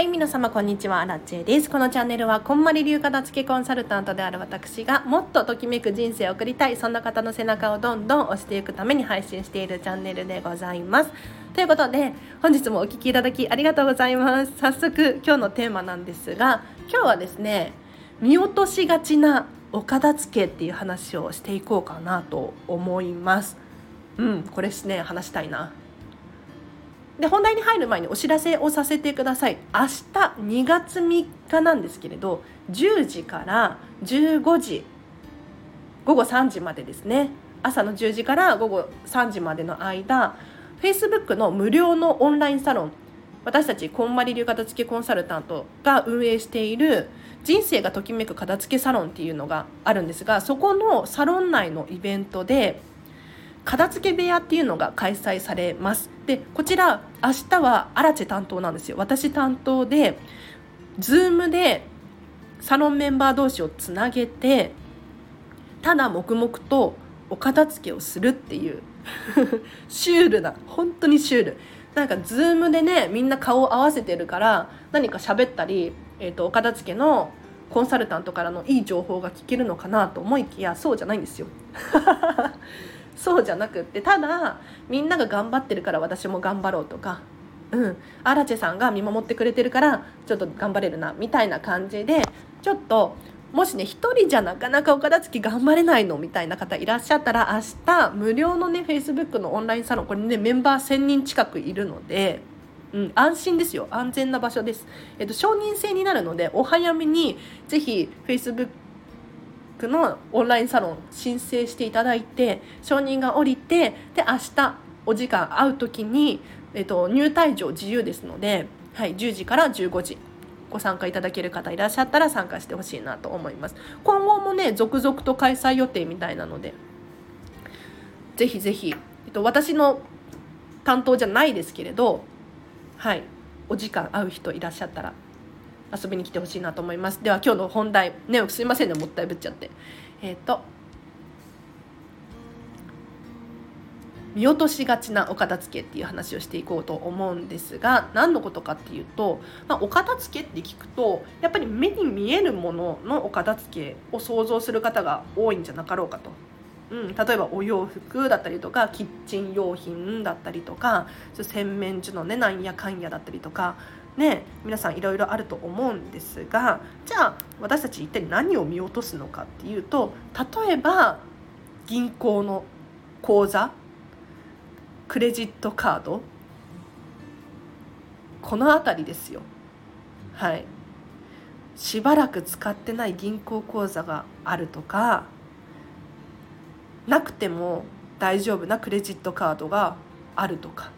はい、皆様こんにちは、アラチェです。このチャンネルはこんまり流片付けコンサルタントである私がもっとときめく人生を送りたい、そんな方の背中をどんどん押していくために配信しているチャンネルでございます。ということで本日もお聞きいただきありがとうございます。早速今日のテーマなんですが、今日はですね、見落としがちなお片付けっていう話をしていこうかなと思います。これですね、話したいな。で、本題に入る前にお知らせをさせてください。明日2月3日なんですけれど、10時から15時、午後3時までですね。朝の10時から午後3時までの間、Facebook の無料のオンラインサロン、私たちこんまり流片付けコンサルタントが運営している人生がときめく片付けサロンっていうのがあるんですが、そこのサロン内のイベントで片付け部屋っていうのが開催されます。で、こちら明日はアラチェ担当なんですよ。私担当で Zoom でサロンメンバー同士をつなげて、ただ黙々とお片付けをするっていうシュールな、本当にシュール。なんか Zoom でね、みんな顔を合わせてるから何か喋ったり、お片付けのコンサルタントからのいい情報が聞けるのかなと思いきや、そうじゃないんですよそうじゃなくって、ただみんなが頑張ってるから私も頑張ろうとか、アラチェさんが見守ってくれてるからちょっと頑張れるなみたいな感じで、ちょっともしね、一人じゃなかなかお片付け頑張れないのみたいな方いらっしゃったら、明日無料のね Facebook のオンラインサロン、これねメンバー1000人近くいるので、安心ですよ。安全な場所です。承認制になるので、お早めにぜひ Facebookのオンラインサロン申請していただいて、承認が下りて、で明日お時間会う時に、入退場自由ですので、10時から15時ご参加いただける方いらっしゃったら参加してほしいなと思います。今後もね続々と開催予定みたいなので、ぜひぜひ、私の担当じゃないですけれど、お時間合う人いらっしゃったら遊びに来てほしいなと思います。では今日の本題ね、すいませんね、もったいぶっちゃって、見落としがちなお片付けっていう話をしていこうと思うんですが、何のことかっていうと、お片付けって聞くとやっぱり目に見えるもののお片付けを想像する方が多いんじゃなかろうかと。例えばお洋服だったりとか、キッチン用品だったりとか、洗面所のねなんやかんやだったりとかね、皆さんいろいろあると思うんですが、じゃあ私たち一体何を見落とすのかっていうと、例えば銀行の口座、クレジットカード、このあたりですよ。しばらく使ってない銀行口座があるとか、なくても大丈夫なクレジットカードがあるとか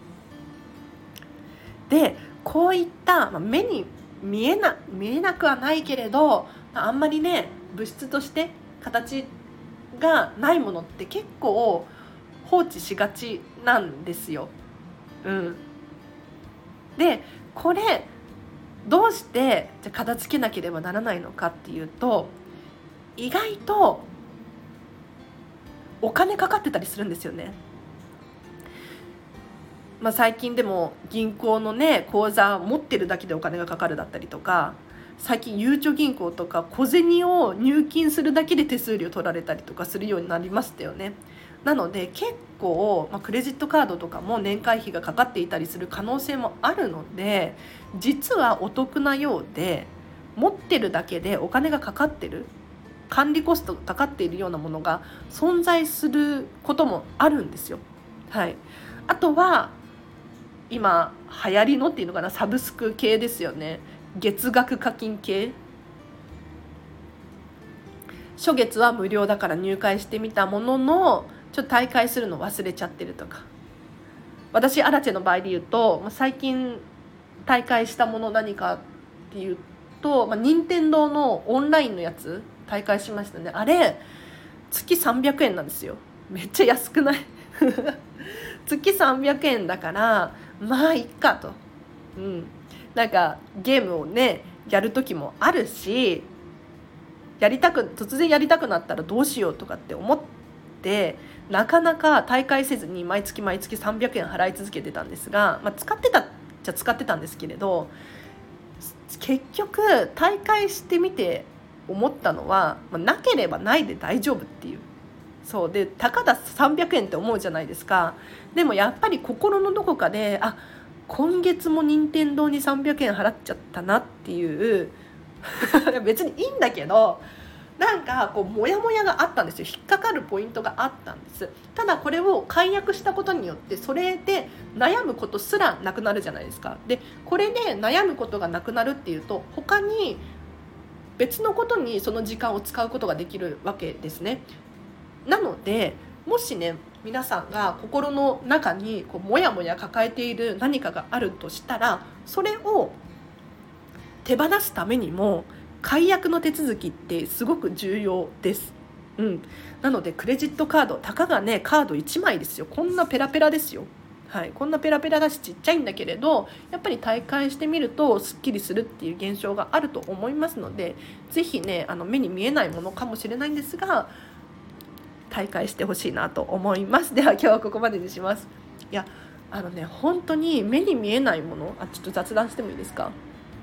で、こういった目に見えなくはないけれど、あんまりね物質として形がないものって結構放置しがちなんですよ。で、これどうしてじゃ片付けなければならないのかっていうと、意外とお金かかってたりするんですよね。最近でも銀行のね口座持ってるだけでお金がかかるだったりとか、最近ゆうちょ銀行とか小銭を入金するだけで手数料取られたりとかするようになりましたよね。なので結構、クレジットカードとかも年会費がかかっていたりする可能性もあるので、実はお得なようで持ってるだけでお金がかかってる、管理コストがかかっているようなものが存在することもあるんですよ。あとは今流行りのっていうのかな、サブスク系ですよね。月額課金系、初月は無料だから入会してみたものの、ちょっと退会するの忘れちゃってるとか。私アラチェの場合で言うと、最近退会したもの何かっていうと、任天堂のオンラインのやつ退会しましたね。あれ月300円なんですよ。めっちゃ安くない月300円だからいっかと。なんかゲームをねやる時もあるし、突然やりたくなったらどうしようとかって思って、なかなか退会せずに毎月300円払い続けてたんですが、使ってたんですけれど、 結局大会してみて思ったのは、なければないで大丈夫っていう。そうで、たかだ300円って思うじゃないですか。でもやっぱり心のどこかで、今月も任天堂に300円払っちゃったなっていう別にいいんだけど、なんかこうモヤモヤがあったんですよ。引っかかるポイントがあったんです。ただこれを解約したことによって、それで悩むことすらなくなるじゃないですか。でこれで悩むことがなくなるっていうと、他に別のことにその時間を使うことができるわけですね。なのでもしね、皆さんが心の中にこうモヤモヤ抱えている何かがあるとしたら、それを手放すためにも解約の手続きってすごく重要です。なのでクレジットカード、たかがねカード1枚ですよ。こんなペラペラですよ。こんなペラペラだしちっちゃいんだけれど、やっぱり大会してみるとすっきりするっていう現象があると思いますので、ぜひね、目に見えないものかもしれないんですが、大会してほしいなと思います。では今日はここまでにします。いや本当に目に見えないもの、ちょっと雑談してもいいですか。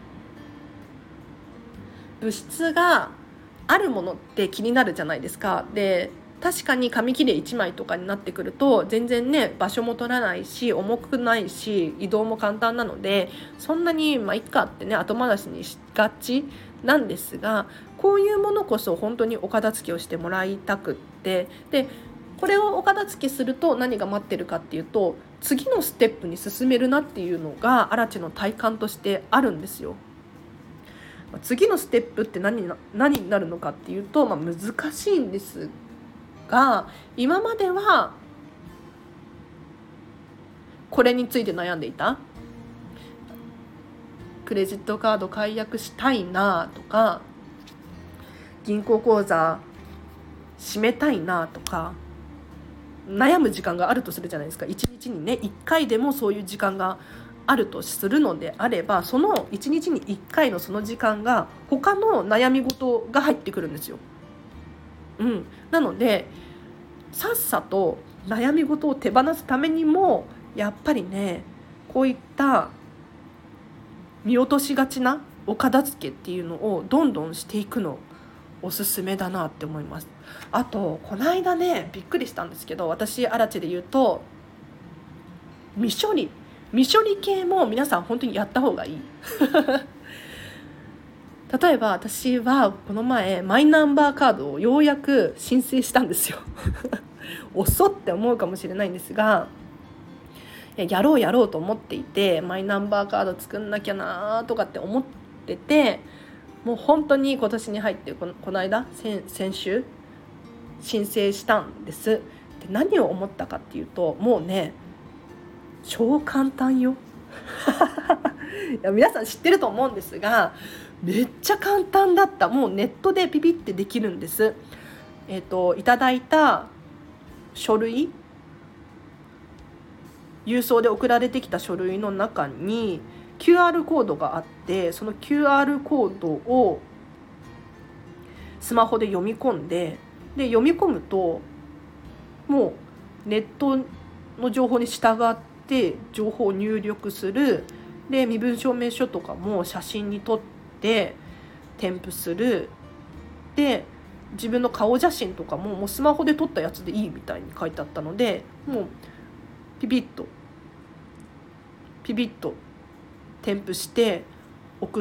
物質があるものって気になるじゃないですか。で確かに紙切れ1枚とかになってくると全然ね、場所も取らないし重くないし移動も簡単なので、そんなにいっかってね後回しにしがちなんですが、こういうものこそ本当にお片付けをしてもらいたくって、でこれをお片付けすると何が待ってるかっていうと、次のステップに進めるなっていうのがアラチェの体感としてあるんですよ。次のステップって何になるのかっていうと、難しいんですが、今まではこれについて悩んでいた。クレジットカード解約したいなとか、銀行口座閉めたいなとか悩む時間があるとするじゃないですか。1日にね1回でもそういう時間があるとするのであれば、その1日に1回のその時間が他の悩み事が入ってくるんですよ。なのでさっさと悩み事を手放すためにも、やっぱりねこういった見落としがちなお片付けっていうのをどんどんしていくのおすすめだなって思います。あとこの間ねびっくりしたんですけど、私アラチェで言うと未処理系も皆さん本当にやった方がいい例えば私はこの前マイナンバーカードをようやく申請したんですよ遅って思うかもしれないんですが、やろうと思っていて、マイナンバーカード作んなきゃなとかって思ってて、もう本当に今年に入ってこの間先週申請したんです。で何を思ったかっていうと、もうね超簡単よいや皆さん知ってると思うんですが、めっちゃ簡単だった。もうネットでピピってできるんです。いただいた書類、郵送で送られてきた書類の中に QR コードがあって、その QR コードをスマホで読み込んで、読み込むともうネットの情報に従って情報を入力する。で身分証明書とかも写真に撮って添付する。で自分の顔写真とかもうスマホで撮ったやつでいいみたいに書いてあったので、もうピピッと添付して送って、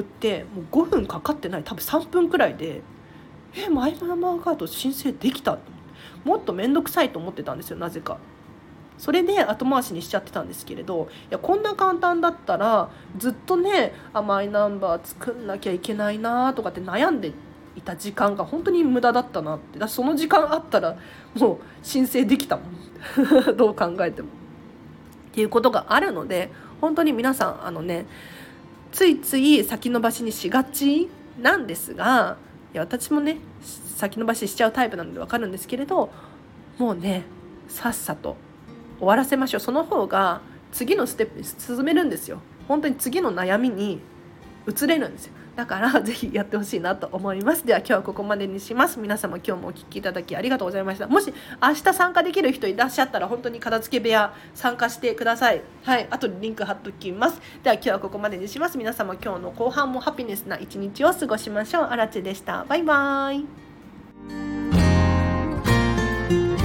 もう5分かかってない、多分3分くらいでマイナンバーカード申請できた。もっと面倒くさいと思ってたんですよ、なぜか。それで後回しにしちゃってたんですけれど、こんな簡単だったらずっとねマイナンバー作んなきゃいけないなとかって悩んでいた時間が本当に無駄だったなって。その時間あったらもう申請できたもんどう考えてもっていうことがあるので、本当に皆さんついつい先延ばしにしがちなんですが、私もね先延ばししちゃうタイプなので分かるんですけれど、もうねさっさと終わらせましょう。その方が次のステップに進めるんですよ。本当に次の悩みに移れるんですよ。 だからぜひやってほしいなと思います。では今日はここまでにします。皆様今日もお聞きいただきありがとうございました。もし明日参加できる人いらっしゃったら本当に片付け部屋参加してください。はい、あとリンク貼っときます。では今日はここまでにします。皆様今日の後半もハピネスな一日を過ごしましょう。あらちでした。バイバイ。